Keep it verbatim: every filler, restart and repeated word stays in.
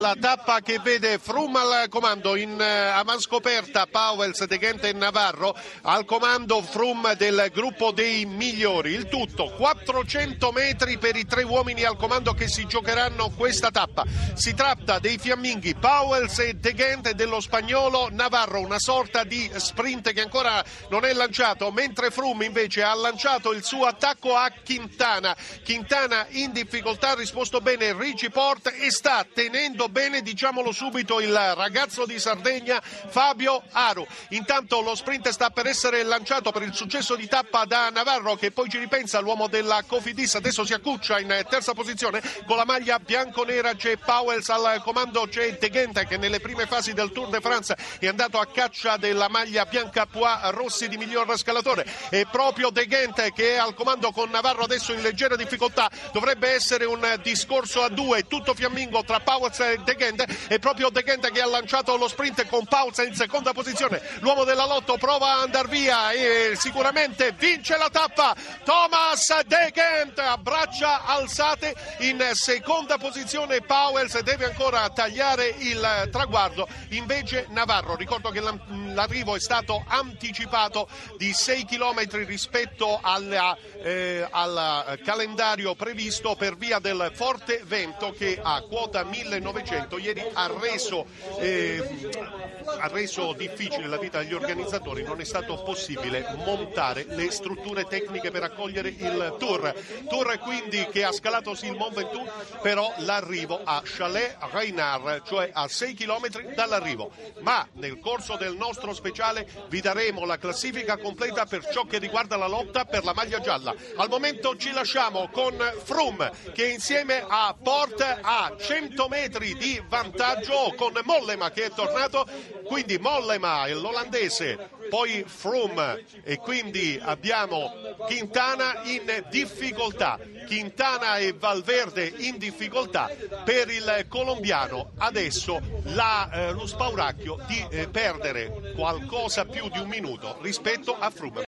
La tappa che vede Froome al comando, in uh, avanscoperta Pauwels, De Gendt e Navarro, al comando Froome del gruppo dei migliori. Il tutto quattrocento metri per i tre uomini al comando che si giocheranno questa tappa. Si tratta dei fiamminghi Pauwels e De Gendt e dello spagnolo Navarro, una sorta di sprint che ancora non è lanciato, mentre Froome invece ha lanciato il suo attacco a Quintana. Quintana in difficoltà, ha risposto bene Richie Porte e sta tenendo bene, diciamolo subito, il ragazzo di Sardegna Fabio Aru. Intanto lo sprint sta per essere lanciato per il successo di tappa da Navarro, che poi ci ripensa, l'uomo della Cofidis. Adesso si accuccia in terza posizione con la maglia bianconera. C'è Pauwels al comando, c'è De Gendt che nelle prime fasi del Tour de France è andato a caccia della maglia bianca Pois Rossi di miglior scalatore. E proprio De Gendt che è al comando con Navarro adesso in leggera difficoltà. Dovrebbe essere un discorso a due, tutto fiammingo tra Pauwels e De Gendt, e proprio De Gendt che ha lanciato lo sprint con Pauwels in seconda posizione. L'uomo della Lotto prova a andare via e sicuramente vince la tappa Thomas De Gendt a braccia alzate. In seconda posizione Pauwels deve ancora tagliare il traguardo, invece Navarro, ricordo che l'arrivo è stato anticipato di sei chilometri rispetto alla, eh, al calendario previsto per via del forte vento che a quota millenovecento ieri ha reso, eh, ha reso difficile la vita degli organizzatori. Non è stato possibile montare le strutture tecniche per accogliere il Tour. Tour quindi che ha scalato sì il Mont Ventoux, però l'arrivo a Chalais-Reynard, cioè a sei chilometri dall'arrivo. Ma nel corso del nostro speciale vi daremo la classifica completa per ciò che riguarda la lotta per la maglia gialla. Al momento ci lasciamo con Froome che insieme a Porte ha cento metri di vantaggio, con Mollema che è tornato, quindi Mollema e l'olandese, poi Froome, e quindi abbiamo Quintana in difficoltà. Quintana e Valverde in difficoltà per il colombiano. Adesso la, eh, lo spauracchio di eh, perdere qualcosa più di un minuto rispetto a Froome.